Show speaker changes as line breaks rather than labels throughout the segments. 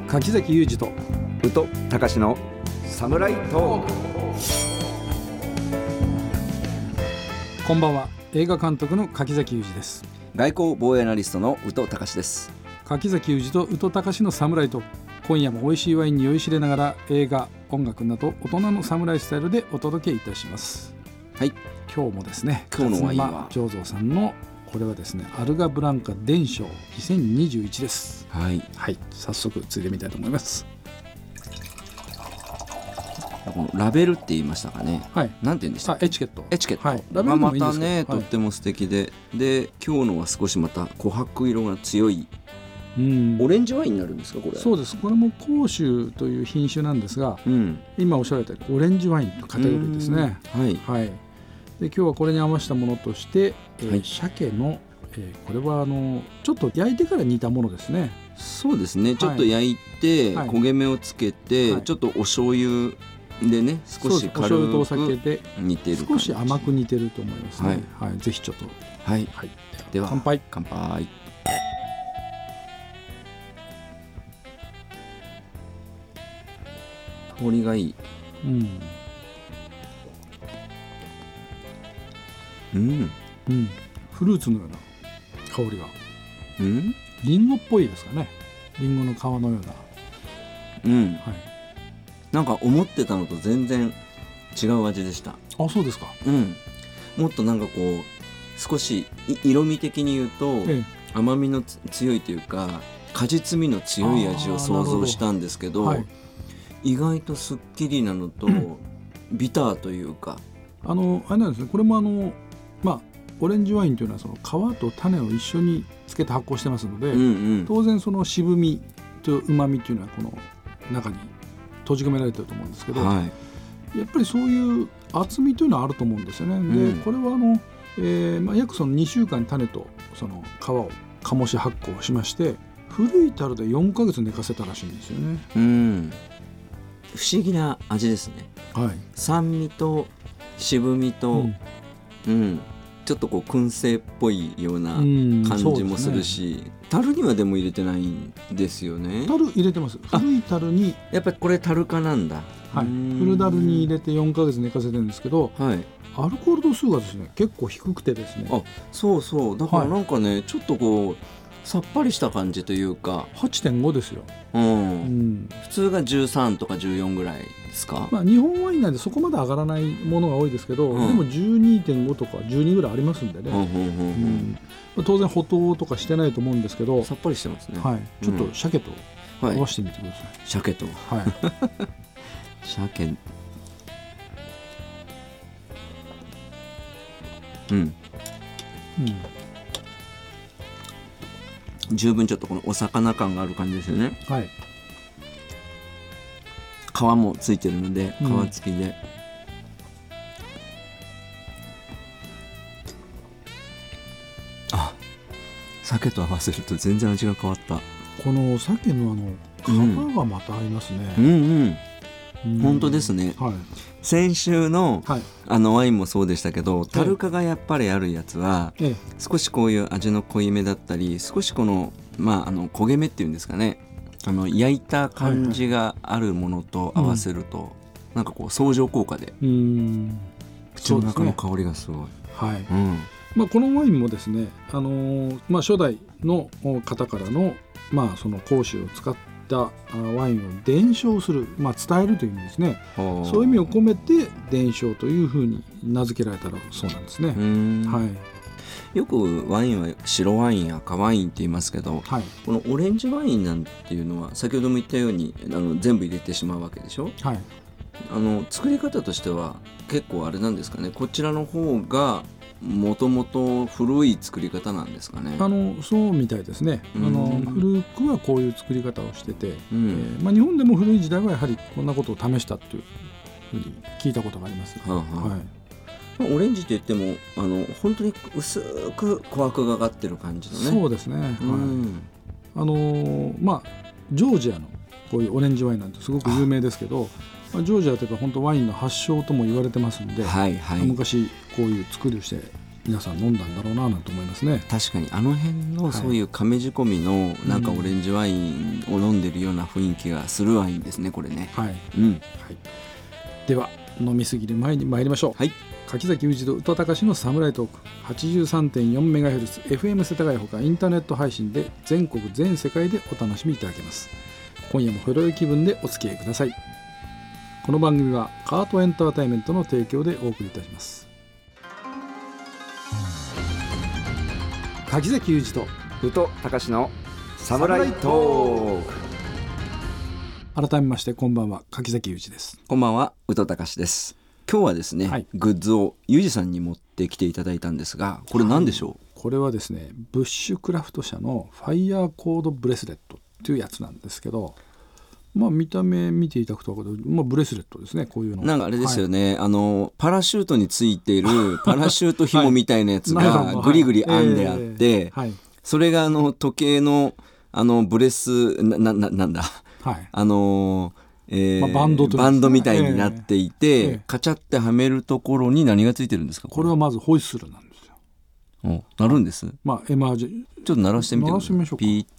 柿崎裕二と
宇都隆のサムライトーク。
こんばんは。映画監督の柿崎裕二です。
外交防衛アナリストの宇都隆です。
柿崎裕二と宇都隆のサムライトーク。今夜も美味しいワインに酔いしれながら映画、音楽など大人のサムライスタイルでお届けいたします。
はい、
今日もですね、
今日のワインは
勝間醸造さんのこれはですね、アルガブランカ伝承2021です。
はい、
はい、早速ついでみたいと思います。
このラベルって言いましたかね、
はい、
なんて言うんでしたっけ。
エチケット、
はい、ラベルもいいんですけど、またね、はい、とっても素敵で、で今日のは少しまた琥珀色が強い、オレンジワインになるんですかこれ。
そうです。これも甲州という品種なんですが、今おっしゃられたようにオレンジワインのカテゴリーですね。はい、はい、で今日はこれに合わせたものとして、鮭の、これはちょっと焼いてから煮たものですね。
そうですね、ちょっと焼いて、はい、焦げ目をつけて、はい、ちょっとお醤油でね、少し軽く
お醤油とお酒で
煮てる感じ、
少し甘く煮てると思いますね。はいはい、ぜひちょっと、
はいはい、では
乾杯。
乾杯。香りがいい。
フルーツのような香りが、リンゴっぽいですかね。リンゴの皮のような、はい、
なんか思ってたのと全然違う味でした。
あ、そうですか。
もっとなんかこう少し色味的に言うと、甘みの強いというか果実味の強い味を想像したんですけど、意外とすっきりなのと、ビターというか、
あれなんですね。これもオレンジワインというのはその皮と種を一緒につけて発酵してますので、当然その渋みとうまみというのはこの中に閉じ込められてると思うんですけど、やっぱりそういう厚みというのはあると思うんですよね。でこれは約その2週間種とその皮を醸し発酵しまして、古い樽で4ヶ月寝かせたらしいんですよね。
不思議な味ですね。酸味と渋みと、ちょっとこう燻製っぽいような感じもするし、樽にはでも入れてないんですよね。
樽入れてます。古い樽に。
やっぱりこれ樽化なんだ。
古樽に入れて4ヶ月寝かせてるんですけど、アルコール度数がですね、結構低くてですね。
そうそう、だからなんかね、ちょっとこうさっぱりした感じというか。
8.5 ですよ。
普通が13とか14ぐらいですか。
日本ワインなんでそこまで上がらないものが多いですけど、でも 12.5 とか12ぐらいありますんでね。当然補糖とかしてないと思うんですけど、
さっぱりしてますね。
ちょっと鮭と合わせてみてください。
鮭と、鮭、十分ちょっとこのお魚感がある感じですよね。皮もついてるので、皮付きで、鮭と合わせると全然味が変わった。
この鮭の皮がまた合いますね。
本当ですね。先週のワインもそうでしたけど、樽化がやっぱりあるやつは、少しこういう味の濃いめだったり、少しこの焦げ目っていうんですかね、焼いた感じがあるものと合わせると、なんかこう相乗効果で口の中の香りがすごい。
このワインもですね、初代の方からの、その甲州を使ったワインを伝承する、伝えるという意味ですね。そういう意味を込めて伝承というふうに名付けられたらそうなんですね。
よくワインは白ワインや赤ワインって言いますけど、このオレンジワインなんていうのは先ほども言ったように全部入れてしまうわけでしょ。作り方としては結構あれなんですかね、こちらの方がもともと古い作り方なんですかね。
そうみたいですね。古くはこういう作り方をしてて、日本でも古い時代はやはりこんなことを試したというふうに聞いたことがあります。
オレンジといっても本当に薄く琥珀がかってる感じのね。
そうですね。ジョージアのこういうオレンジワインなんてすごく有名ですけど、ジョージアというか本当ワインの発祥とも言われてますので、昔こういう作りをして皆さん飲んだんだろうななんて思いますね。
確かにあの辺のそういう亀仕込みのなんかオレンジワインを飲んでるような雰囲気がするワインですねこれね。
はい、はい、では飲みすぎる前に参りましょう。はい、柿崎氏と宇多隆のサムライトーク 83.4MHz FM 世田谷ほかインターネット配信で全国全世界でお楽しみいただけます。今夜もほろ酔い気分でお付き合いください。この番組はカートエンターテインメントの提供でお送りいたします。柿崎氏と
宇多隆のサムライトー
ク。改めましてこんばんは、柿崎氏です。
こんばんは、宇多隆です。今日はですね、はい、グッズをユージさんに持ってきていただいたんですが、これ何でしょう？はい、
これはですね、ブッシュクラフト社のファイヤーコードブレスレットっていうやつなんですけど、見た目見ていただくと分かる、ブレスレットですね。こういうの
なんかあれですよね、はい、パラシュートについているパラシュート紐みたいなやつがぐりぐり編んであって、はい、それが時計のブレスなんだ、はい、バンドみたいになっていて、カチャってはめるところに何がついてるんですか？
これはまずホイッスルなんですよ。
鳴るんです。
エマージェ
ちょっと鳴らしてみてください。
鳴らしてみましょうか。
ピーって、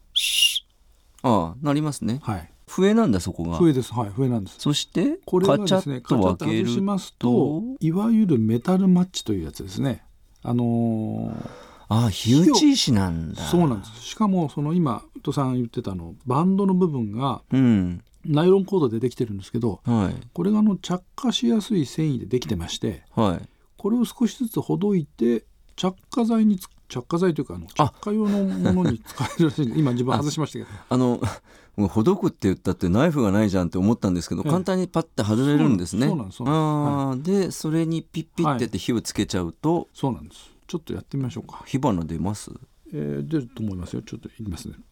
鳴りますね。
はい、
笛なんだ、そこが
笛です。はい、笛なんです。
そして
これがですね、カチャッと外しますと、いわゆるメタルマッチというやつですね。火
打ち石なんだ。
そうなんです。しかも今宇多さん言ってたバンドの部分が、ナイロンコードでできてるんですけど、はい、これが着火しやすい繊維でできてまして、はい、これを少しずつほどいて着火剤というか着火用のものに使えるらしいんで今自分外しましたけど
もうほどくって言ったってナイフがないじゃんって思ったんですけど、簡単にパッて外れるんですね。
そうなんです。はい、
でそれにピッピッてやって火をつけちゃうと、はい、
そうなんです。ちょっとやってみましょうか。
火花出ます？
出ると思いますよ。ちょっといきますね。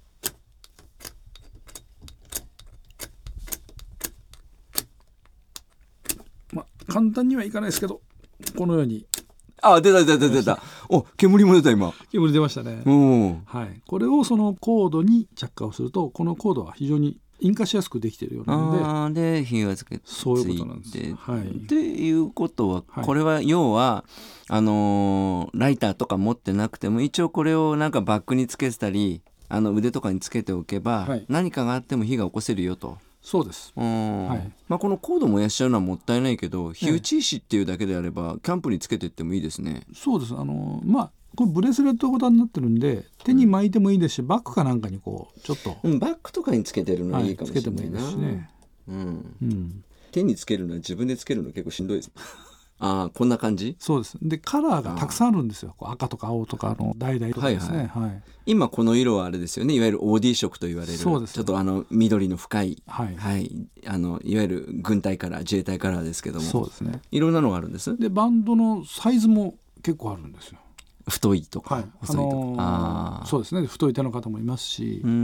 簡単にはいかないですけど、このように
出たお、煙も出た。今
煙出ましたね。はい、これをそのコードに着火をすると、このコードは非常に引火しやすくできているようなの
で、火がつけて
そういうことなんです。
はい、っていうことは、これは要はライターとか持ってなくても一応これをなんかバッグにつけてたり腕とかにつけておけば、何かがあっても火が起こせるよと。
そうです。はい、
このコード燃やしちゃうのはもったいないけど、火打ち石っていうだけであればキャンプにつけていってもいいですね。
そうです。これブレスレット型になってるんで手に巻いてもいいですし、バッグかなんかにちょっと、
バッグとかにつけてるのはいいかもしれないな。つけてもいいですしね。手につけるのは自分でつけるの結構しんどいです。こんな感じ。
そうです。でカラーがたくさんあるんですよ。赤とか青とか橙とかですね。
今この色はあれですよね、いわゆる OD 色と言われる。そうです、ね、ちょっと緑の深い、いわゆる軍隊カラー、自衛隊カラーですけども、
そうですね、
いろんなのがあるんです。で
バンドのサイズも結構あるんですよ。
太いとか、細いとか、
そうですね、太い手の方もいますし、で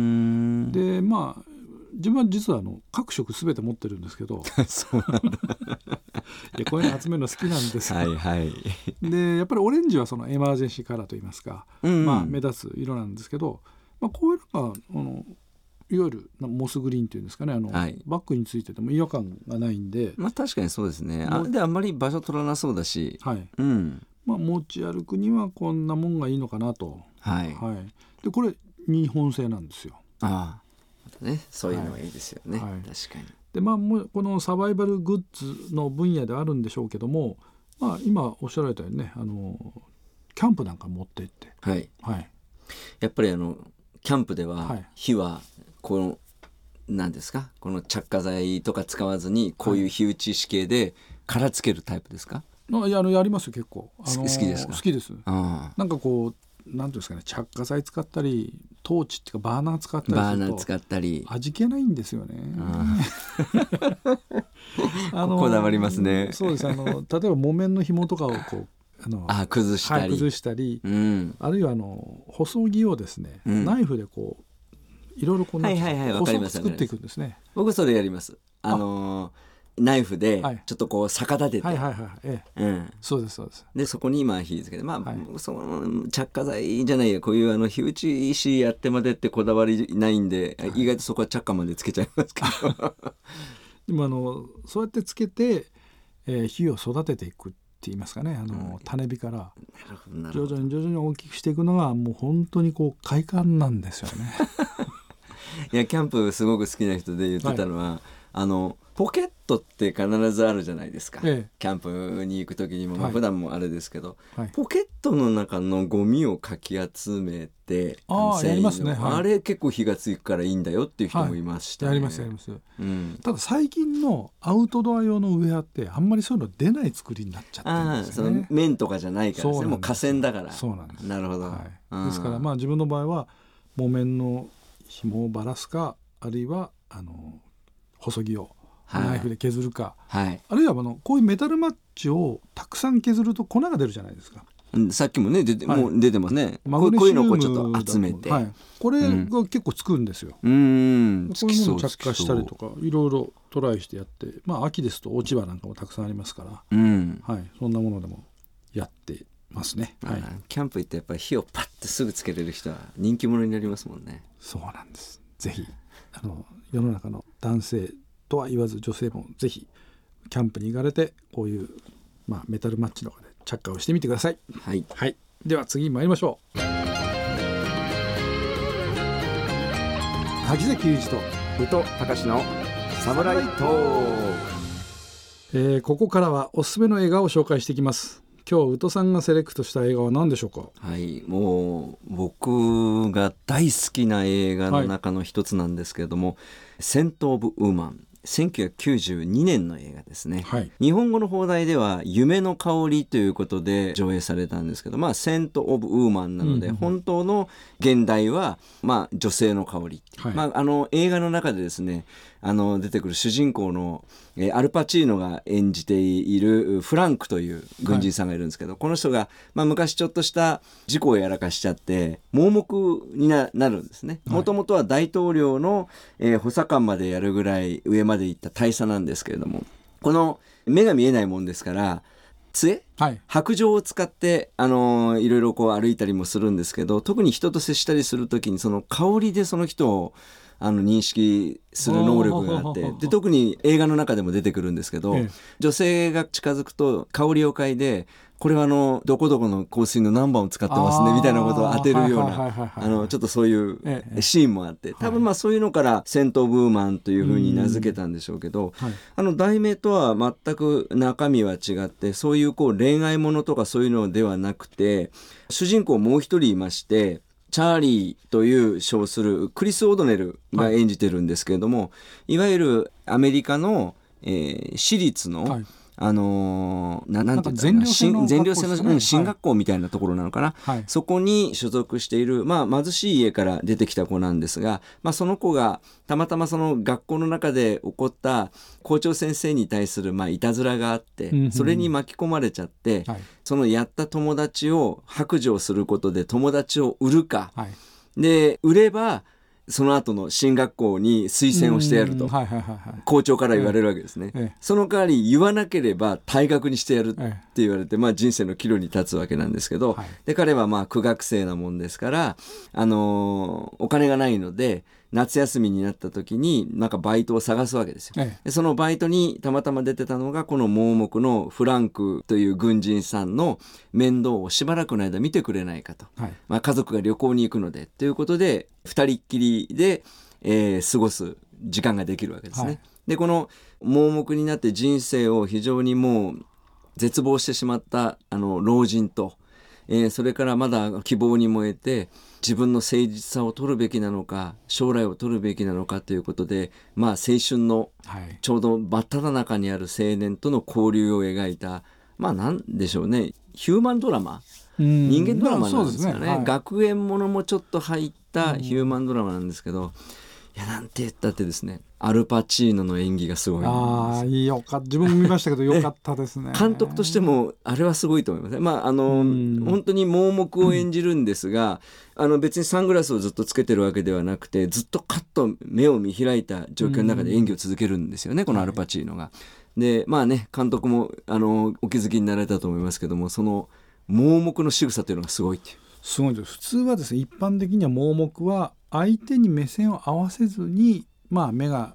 自分は実は各色すべて持ってるんですけど
そうなんだ
いや、こういうの集めるの好きなんですよ。
はい、
でやっぱりオレンジはそのエマージェンシーカラーといいますか、目立つ色なんですけど、こういうのがいわゆるモスグリーンというんですかね、バッグについてても違和感がないんで、
確かにそうですね。であんまり場所取らなそうだし、
持ち歩くにはこんなもんがいいのかなと。でこれ日本製なんですよ。
そういうのがいいですよね。確かに。
でもうこのサバイバルグッズの分野であるんでしょうけども、今おっしゃられたようにね、キャンプなんか持って行って、
やっぱりキャンプでは火は何ですか、この着火剤とか使わずにこういう火打ち石系で殻つけるタイプですか？
やりますよ、結構。好
きですか？
好きです。なんかなんていうんですかね、着火剤使ったりトーチっていうかバーナー使ったりすると味気ないんですよね。
こだわりますね。
そうです。例えば木綿の紐とかを
崩したり、
あるいは細木をですね、ナイフでいろいろ細く作っていくんですね。
僕それやります。ナイフでちょっと逆立てて、
そうですそうです。
でそこに火つけて、その着火剤じゃないや、こういう火打ち石やってまでってこだわりないんで、意外とそこは着火までつけちゃいますけど
でもそうやってつけて、火を育てていくっ言いますかね、種火から徐々に大きくしていくのがもう本当にこう快感なんですよね。
いやキャンプすごく好きな人で言ってたのは、ポケットって必ずあるじゃないですか、キャンプに行く時にも、普段もあれですけど、ポケットの中のゴミをかき集めて
やりますね、
あれ結構火がつくからいいんだよっていう人もいましたね。
やります、ただ最近のアウトドア用のウェアってあんまりそういうの出ない作りになっちゃってるんですよね。
その面とかじゃないからですね、もう河川だから。
そうなんです。
なるほど、
ですから自分の場合は木綿の紐をばらすか、あるいは細木をナイフで削るか、あるいはこういうメタルマッチをたくさん削ると粉が出るじゃないですか。
さっきもねもう出てますね。こういうのをこうちょっと集めて、
これが結構つくんですよ。こういうのを着火したりとかいろいろトライしてやって、秋ですと落ち葉なんかもたくさんありますから、そんなものでもやってますね。
キャンプ行ってやっぱり火をパッてすぐつけれる人は人気者になりますもんね。
そうなんです。ぜひ世の中の男性とは言わず女性もぜひキャンプに行かれてこういう、メタルマッチの中で着火をしてみてください。では次に参りましょう。柿崎裕二と
宇都隆のサムライト
ーク、ここからはおすすめの映画を紹介していきます。今日宇都さんがセレクトした映画は何でしょうか。
もう僕が大好きな映画の中の一つなんですけれども、セント・オブ・ウーマン、1992年の映画ですね、日本語の放題では夢の香りということで上映されたんですけど、セント・オブ・ウーマンなので、本当の現代は、女性の香り、映画の中でですね出てくる主人公のアルパチーノが演じているフランクという軍人さんがいるんですけど、この人が、昔ちょっとした事故をやらかしちゃって盲目に なるんですね。もともとは大統領の、補佐官までやるぐらい上まで行った大佐なんですけれども、この目が見えないもんですから杖、白杖を使っていろいろこう歩いたりもするんですけど、特に人と接したりするときにその香りでその人を認識する能力があって、で特に映画の中でも出てくるんですけど、女性が近づくと香りを嗅いで、これはどこどこの香水の何番を使ってますねみたいなことを当てるようなちょっとそういうシーンもあって、多分そういうのからセント・オブ・ウーマンというふうに名付けたんでしょうけど、題名とは全く中身は違って、そういう恋愛ものとかそういうのではなくて、主人公もう一人いまして、チャーリーという称するクリス・オドネルが演じてるんですけれども、いわゆるアメリカの、私立の、なんていうか全寮制の進学校みたいなところなのかな、そこに所属している、貧しい家から出てきた子なんですが、その子がたまたまその学校の中で起こった校長先生に対するいたずらがあって、それに巻き込まれちゃって、そのやった友達を白状することで友達を売るか、で売ればその後の進学校に推薦をしてやると校長から言われるわけですね。その代わり言わなければ退学にしてやるって言われて、人生の岐路に立つわけなんですけど、で彼は苦学生なもんですから、お金がないので夏休みになった時にバイトを探すわけですよ。でそのバイトにたまたま出てたのがこの盲目のフランクという軍人さんの面倒をしばらくの間見てくれないかと、家族が旅行に行くのでということで二人っきりで、過ごす時間ができるわけですね。でこの盲目になって人生を非常にもう絶望してしまった老人と、それからまだ希望に燃えて自分の誠実さを取るべきなのか将来を取るべきなのかということで、青春のちょうど真っ只中にある青年との交流を描いた、なんでしょうね、ヒューマンドラマ、人間ドラマなんですかね、学園ものもちょっと入ったヒューマンドラマなんですけど、いやなんて言ったってですね、アルパチーノの演技がすごいんです
自分も見ましたけどよかったですね。
監督としてもあれはすごいと思いますね。本当に盲目を演じるんですが、別にサングラスをずっとつけてるわけではなくて、ずっとカッと目を見開いた状況の中で演技を続けるんですよね、このアルパチーノが。で監督もお気づきになられたと思いますけども、その盲目の仕草というのがすごいっていう。
すごいです。普通はですね、一般的には盲目は相手に目線を合わせずに、目が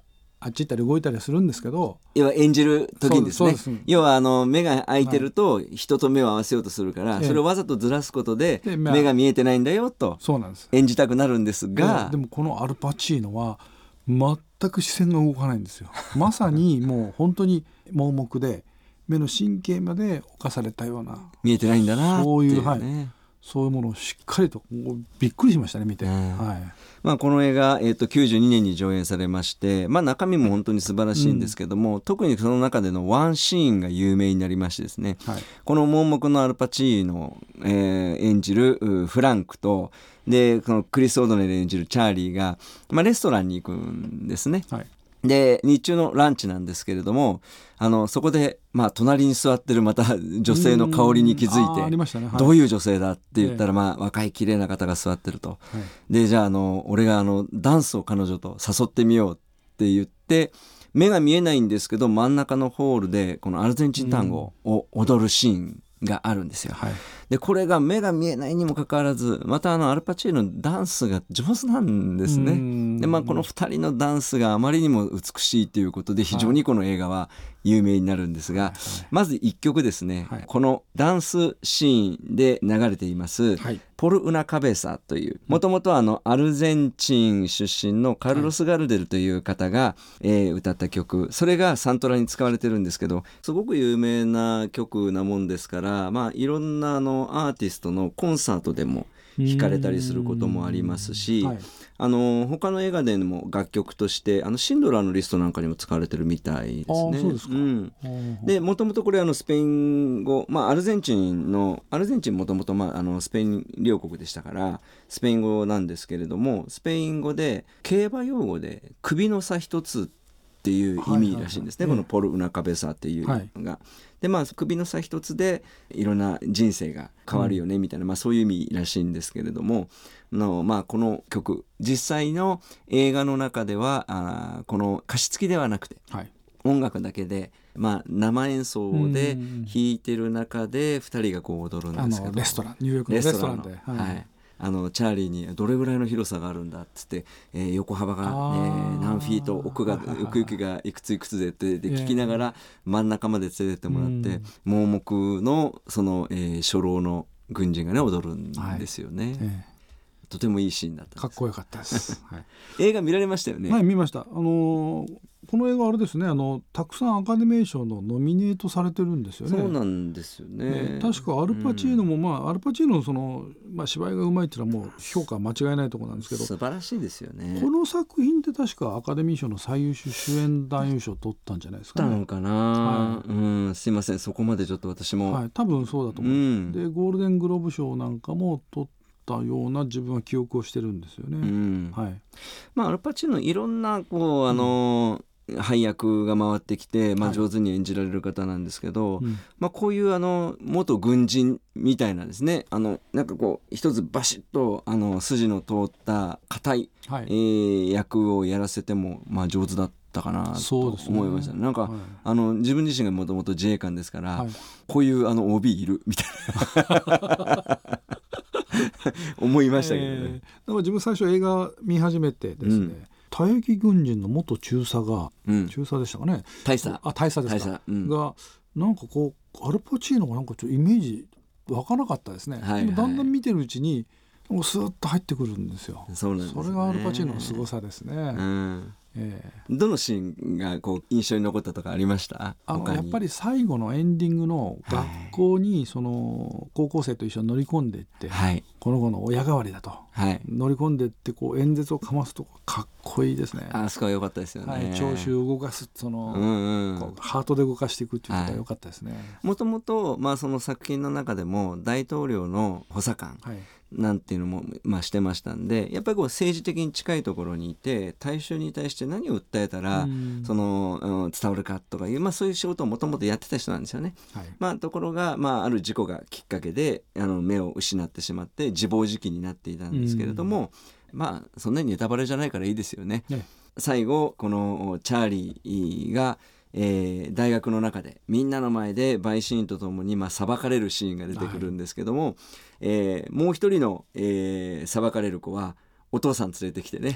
あっち行ったり動いたりするんですけど、
要は演じる時にですね、要は目が開いてると人と目を合わせようとするから、それをわざとずらすことで目が見えてないんだよと演じたくなるんですが、
でもこのアルパチーノは全く視線が動かないんですよ。まさにもう本当に盲目で目の神経まで侵されたような、
見えてないんだなっていう、
そういうものをしっかりとびっくりしましたね、見て。
この映画、92年に上映されまして、中身も本当に素晴らしいんですけども、特にその中でのワンシーンが有名になりましてですね、この盲目のアルパチーノ、演じるフランクと、でこのクリス・オドネル演じるチャーリーが、レストランに行くんですね。で日中のランチなんですけれども、そこで、隣に座ってるまた女性の香りに気づいて、どういう女性だって言ったら、若い綺麗な方が座ってると、でじゃあ、俺がダンスを彼女と誘ってみようって言って、目が見えないんですけど真ん中のホールでこのアルゼンチン単語を踊るシーンがあるんですよ。でこれが目が見えないにもかかわらず、またアルパチーノのダンスが上手なんですね。で、この2人のダンスがあまりにも美しいということで、非常にこの映画は有名になるんですが、まず1曲ですね、このダンスシーンで流れています、ポル・ウナ・カベサという、もともとアルゼンチン出身のカルロス・ガルデルという方が、歌った曲、それがサントラに使われてるんですけど、すごく有名な曲なもんですから、いろんなアーティストのコンサートでも弾かれたりすることもありますし、他の映画でも楽曲としてシンドラーのリストなんかにも使われてるみたいですね。
そうですか。
でもともとこれスペイン語、アルゼンチンもともとスペイン領国でしたからスペイン語なんですけれども、スペイン語で競馬用語で首の差一つっていう意味らしいんですね、このポル・ウナ・カベサっていうのが。で首の差一つでいろんな人生が変わるよねみたいな、そういう意味らしいんですけれども、この曲実際の映画の中ではこの歌詞付きではなくて、音楽だけで、生演奏で弾いてる中で2人が踊るんですけど、
レストラン、ニューヨークのレストランで、
チャーリーにどれぐらいの広さがあるんだっつって、横幅が、何フィート、奥行きがいくついくつでって聞きながら真ん中まで連れてってもらって、盲目のその、初老の軍人がね踊るんですよね。とてもいいシーンだったんです。
かっこよかったです、
映画見られましたよね。
見ました。この映画あれですね、たくさんアカデミー賞のノミネートされてるんですよね。
そうなんですよね。
確かアルパチーノも、アルパチーノの芝居がうまいっていうのはもう評価間違いないところなんですけど、
素晴らしいですよね。
この作品って確かアカデミー賞の最優秀主演男優賞を取ったんじゃないですかね。
取ったのかな、すいません、そこまでちょっと私も、
多分そうだと思う、でゴールデングローブ賞なんかも取ったような自分は記憶をしてるんですよね。
アルパチーノいろんな配役が回ってきて、上手に演じられる方なんですけど、こういう元軍人みたいなですね、なんか一つバシッと筋の通った硬い、役をやらせても上手だったかなと思いましたね。なんか、自分自身がもともと自衛官ですから、こういう OB いるみたいな思いましたけどね。
だから自分最初映画見始めてですね、退役軍人の元中佐が、中佐でしたかね、
大佐
ですか、がなんかアルパチーノがなんかちょっとイメージ湧かなかったですね。でもだんだん見てるうちにスーッと入ってくるんですよ。
そうなんですね。
それがアルパチーノのすごさですね。
どのシーンが印象に残ったとかありました？
やっぱり最後のエンディングの学校に高校生と一緒に乗り込んでいって、この子の親代わりだと、乗り込んでいって演説をかますとかっこいいですね。
そこは良かったですよね。
聴衆を動かすハートで動かしていくっていうのが良かったですね。
もともとその作品の中でも大統領の補佐官、なんていうのもしてましたんで、やっぱり政治的に近いところにいて大衆に対して何を訴えたら伝わるかとかいう、そういう仕事をもともとやってた人なんですよね。ところが、ある事故がきっかけで目を失ってしまって自暴自棄になっていたんですけれども、そんなにネタバレじゃないからいいですよね。最後このチャーリーが大学の中でみんなの前で陪審員とともに裁かれるシーンが出てくるんですけども、もう一人の裁かれる子はお父さん連れてきてね、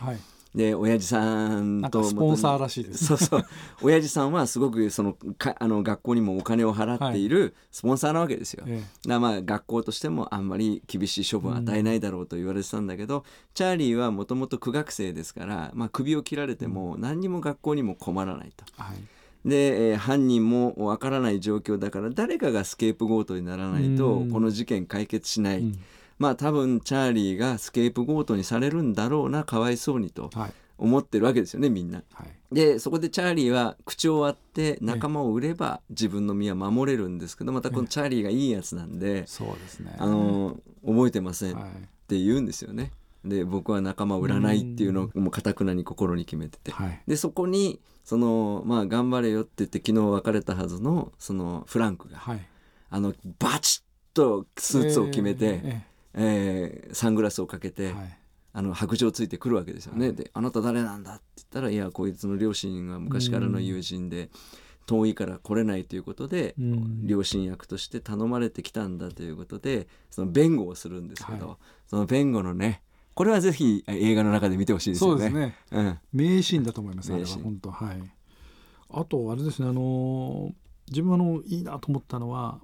で親父さんと
スポンサーらしいです、
そうそう親父さんはすごく学校にもお金を払っているスポンサーなわけですよ、だからまあ学校としてもあんまり厳しい処分を与えないだろうと言われてたんだけど、チャーリーはもともと苦学生ですから、まあ、首を切られても何にも学校にも困らないと、で、犯人もわからない状況だから誰かがスケープゴートにならないとこの事件解決しない、まあ多分チャーリーがスケープゴートにされるんだろうな、かわいそうにと思ってるわけですよね、みんな、でそこでチャーリーは口を割って仲間を売れば自分の身は守れるんですけど、またこのチャーリーがいいやつなんで、
そうですね、
覚えてませんって言うんですよね。で僕は仲間を売らないっていうのをもう固くなに心に決めてて、でそこにまあ頑張れよって言って昨日別れたはずのそのフランクが、バチッとスーツを決めて、サングラスをかけて、白状ついてくるわけですよね、であなた誰なんだって言ったら、いやこいつの両親が昔からの友人で遠いから来れないということで、両親役として頼まれてきたんだということでその弁護をするんですけど、その弁護のね、これはぜひ映画の中で見てほしいですよね。
そうですね、名シーンだと思います。あれは本当、あとあれですね、自分いいなと思ったのは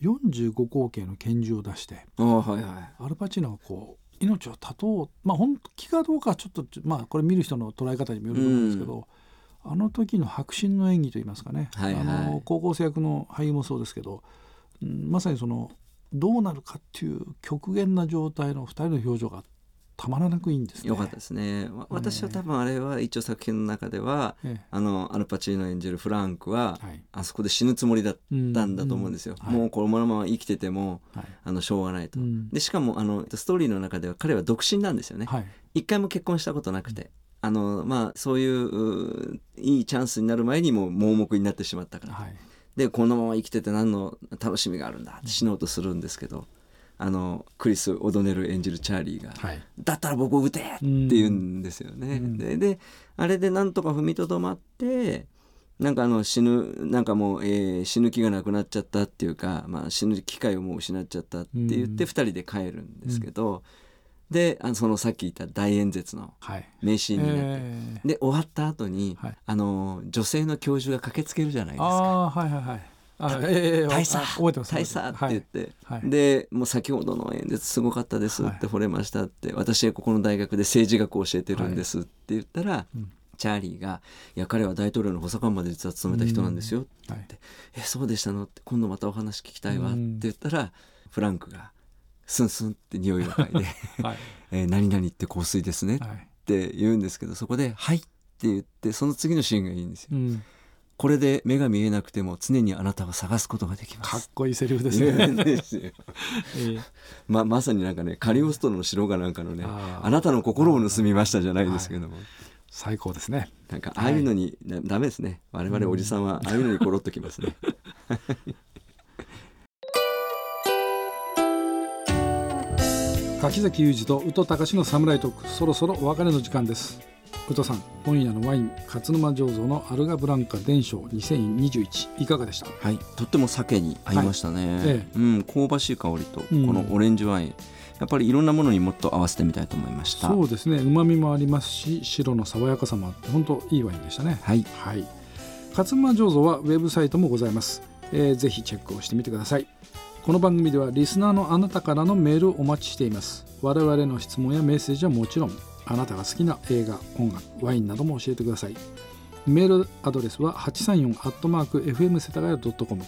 45口径の拳銃を出して、アルパチーノがこう命を絶とう、まあ本気かどうかはちょっと、まあこれ見る人の捉え方にもよると思うんですけど、あの時の迫真の演技といいますかね、高校生役の俳優もそうですけど、まさにどうなるかっていう極限な状態の2人の表情がたまらなくいいんですね。
よかったですね。私は多分あれは一応作品の中では、アルパチーノ演じるフランクは、あそこで死ぬつもりだったんだと思うんですよ、もうこのまま生きてても、しょうがないと、でしかもストーリーの中では彼は独身なんですよね、一回も結婚したことなくて、まあそういういいチャンスになる前にもう盲目になってしまったから、でこのまま生きてて何の楽しみがあるんだって死のうとするんですけど、クリス・オドネル演じるチャーリーが、だったら僕を撃てって言うんですよね、であれでなんとか踏みとどまって、なんか死ぬ気がなくなっちゃったっていうか、まあ、死ぬ機会をもう失っちゃったって言って2人で帰るんですけど、でさっき言った大演説の名シーンになって、で終わった後に、女性の教授が駆けつけるじゃないですか。大佐って言って、でもう先ほどの演説すごかったですって、惚れましたって、私はここの大学で政治学を教えてるんですって言ったら、チャーリーが、いや彼は大統領の補佐官まで実は務めた人なんですよって言って、そうでしたのって、今度またお話聞きたいわって言ったら、フランクがスンスンって匂いを嗅いで何々って香水ですねって言うんですけど、そこではいって言って、その次のシーンがいいんですよ、これで目が見えなくても常にあなたを探すことができます。
かっこいいセリフですね
まさになんかね、カリオストロの城がなんかのね、あなたの心を盗みましたじゃないですけども、
最高ですね。
なんかああいうのに、ダメですね、我々おじさんはああいうのにコロッときますね
柿崎裕二と宇都隆のサムライトーク、そろそろお別れの時間です。宇都さん、今夜のワイン勝沼醸造のアルガブランカ伝承2021いかがでした？
とっても酒に合いましたね、香ばしい香りとこのオレンジワイン、やっぱりいろんなものにもっと合わせてみたいと思いました。
そうですね、旨味もありますし、白の爽やかさもあって本当いいワインでしたね。勝沼醸造はウェブサイトもございます、ぜひチェックをしてみてください。この番組ではリスナーのあなたからのメールをお待ちしています。我々の質問やメッセージはもちろん、あなたが好きな映画、音楽、ワインなども教えてください。メールアドレスは 834@fm 世田谷 .com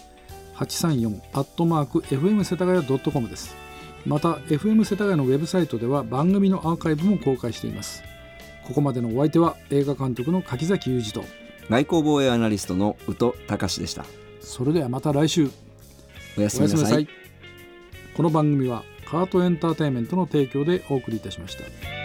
834@fm 世田谷 .com です。また FM 世田谷のウェブサイトでは番組のアーカイブも公開しています。ここまでのお相手は映画監督の柿崎裕二と
外交防衛アナリストの宇都隆でした。
それではまた来週、
おやすみなさい。
この番組はカートエンターテインメントの提供でお送りいたしました。